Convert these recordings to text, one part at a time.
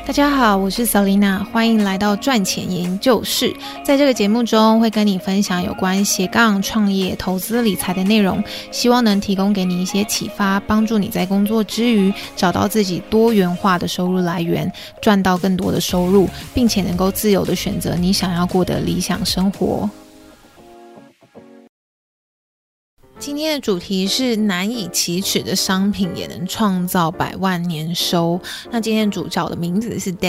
大家好，我是 Selina， 欢迎来到赚钱研究室。在这个节目中会跟你分享有关斜杠创业、投资理财的内容，希望能提供给你一些启发，帮助你在工作之余找到自己多元化的收入来源，赚到更多的收入，并且能够自由的选择你想要过的理想生活。今天的主题是难以启齿的商品也能创造100万年收。那今天主角的名字是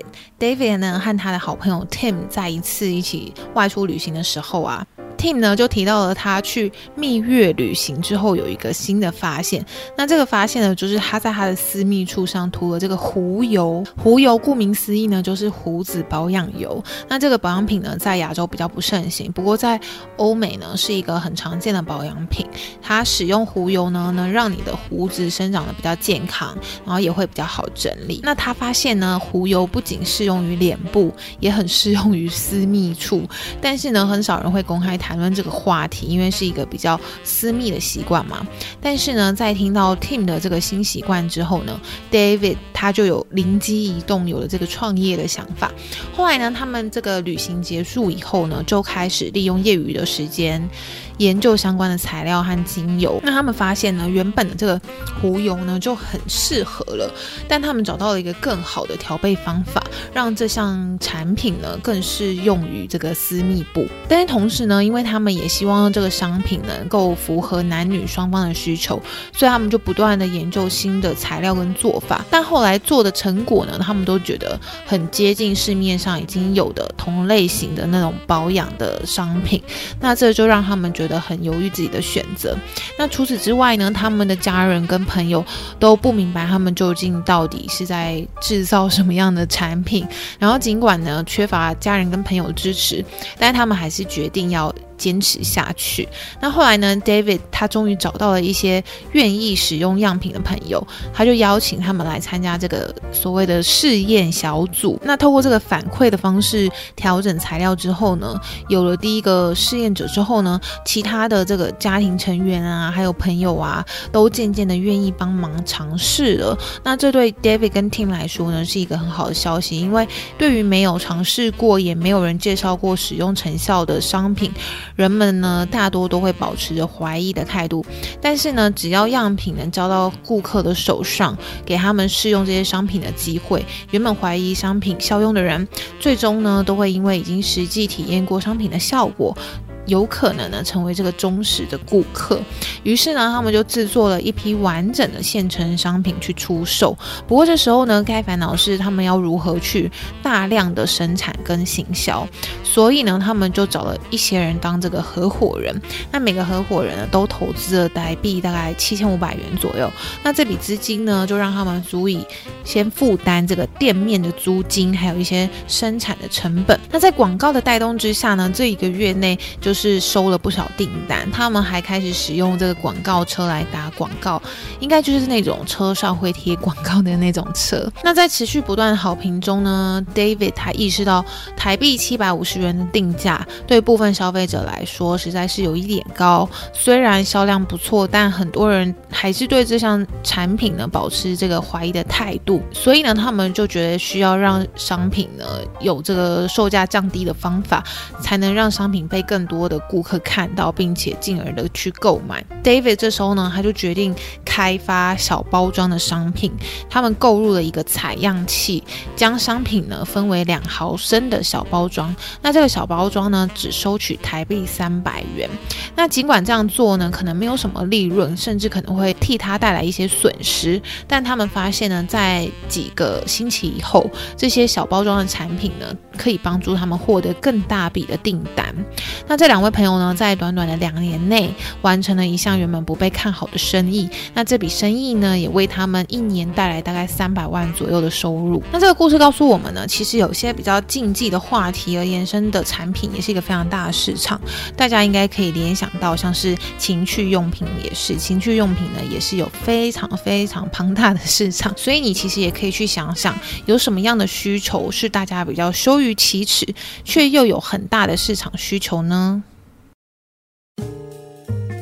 David 呢，和他的好朋友 Tim 在一次一起外出旅行的时候啊，Tim 呢就提到了他去蜜月旅行之后有一个新的发现。那这个发现呢，就是他在他的私密处上涂了这个胡油。胡油顾名思义呢，就是胡子保养油。那这个保养品呢，在亚洲比较不盛行，不过在欧美呢是一个很常见的保养品。它使用胡油呢，能让你的胡子生长得比较健康，然后也会比较好整理。那他发现呢，胡油不仅适用于脸部，也很适用于私密处。但是呢，很少人会公开谈论这个话题，因为是一个比较私密的习惯嘛。但是呢，在听到 Tim 的这个新习惯之后呢 ，David 他就有灵机一动，有了这个创业的想法。后来呢，他们这个旅行结束以后呢，就开始利用业余的时间研究相关的材料和精油。那他们发现呢，原本的这个胡油呢就很适合了，但他们找到了一个更好的调配方法，让这项产品呢更适用于这个私密部。但是同时呢，因为他们也希望这个商品能够符合男女双方的需求，所以他们就不断的研究新的材料跟做法。但后来做的成果呢，他们都觉得很接近市面上已经有的同类型的那种保养的商品。那这就让他们觉得很犹豫自己的选择。那除此之外呢，他们的家人跟朋友都不明白他们究竟到底是在制造什么样的产品。然后尽管呢缺乏家人跟朋友支持，但是他们还是决定要坚持下去。那后来呢 David 他终于找到了一些愿意使用样品的朋友，他就邀请他们来参加这个所谓的试验小组。那透过这个反馈的方式调整材料之后呢，有了第一个试验者之后呢，其他的这个家庭成员啊还有朋友啊都渐渐的愿意帮忙尝试了。那这对 David 跟 Tim 来说呢是一个很好的消息，因为对于没有尝试过也没有人介绍过使用成效的商品，人们呢大多都会保持着怀疑的态度。但是呢，只要样品能交到顾客的手上，给他们试用这些商品的机会，原本怀疑商品效用的人，最终呢都会因为已经实际体验过商品的效果，有可能呢成为这个忠实的顾客。于是呢，他们就制作了一批完整的现成商品去出售。不过这时候呢，该烦恼是他们要如何去大量的生产跟行销。所以呢，他们就找了一些人当这个合伙人。那每个合伙人呢都投资了台币大概7500元左右。那这笔资金呢，就让他们足以先负担这个店面的租金，还有一些生产的成本。那在广告的带动之下呢，这一个月内就是收了不少订单。他们还开始使用这个广告车来打广告，应该就是那种车上会贴广告的那种车。那在持续不断的好评中呢， David 他意识到台币750元的定价对部分消费者来说实在是有一点高。虽然销量不错，但很多人还是对这项产品呢保持这个怀疑的态度。所以呢，他们就觉得需要让商品呢有这个售价降低的方法，才能让商品被更多的顾客看到，并且进而的去购买。 David 这时候呢，他就决定开发小包装的商品。他们购入了一个采样器，将商品呢分为2毫升的小包装。那这个小包装呢只收取台币300元。那尽管这样做呢可能没有什么利润，甚至可能会替他带来一些损失，但他们发现呢，在几个星期以后，这些小包装的产品呢可以帮助他们获得更大笔的订单。那这2位朋友呢，在短短的2年内完成了一项原本不被看好的生意。那这笔生意呢，也为他们1年带来大概300万左右的收入。那这个故事告诉我们呢，其实有些比较禁忌的话题而延伸的产品，也是一个非常大的市场。大家应该可以联想到，像是情趣用品也是，情趣用品呢也是有非常非常庞大的市场。所以你其实也可以去想想，有什么样的需求是大家比较羞于启齿，却又有很大的市场需求呢？今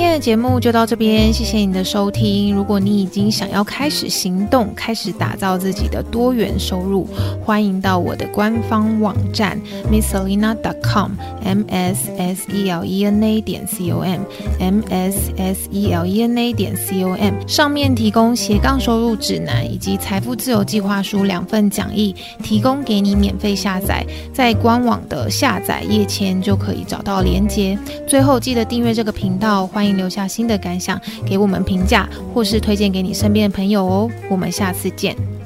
天的节目就到这边，谢谢你的收听。如果你已经想要开始行动，开始打造自己的多元收入，欢迎到我的官方网站 misselena.com msselena.com msselena.com 上面提供斜杠收入指南以及财富自由计划书2份讲义，提供给你免费下载，在官网的下载页签就可以找到连结。最后记得订阅这个频道，欢迎留下新的感想，给我们评价，或是推荐给你身边的朋友哦。我们下次见。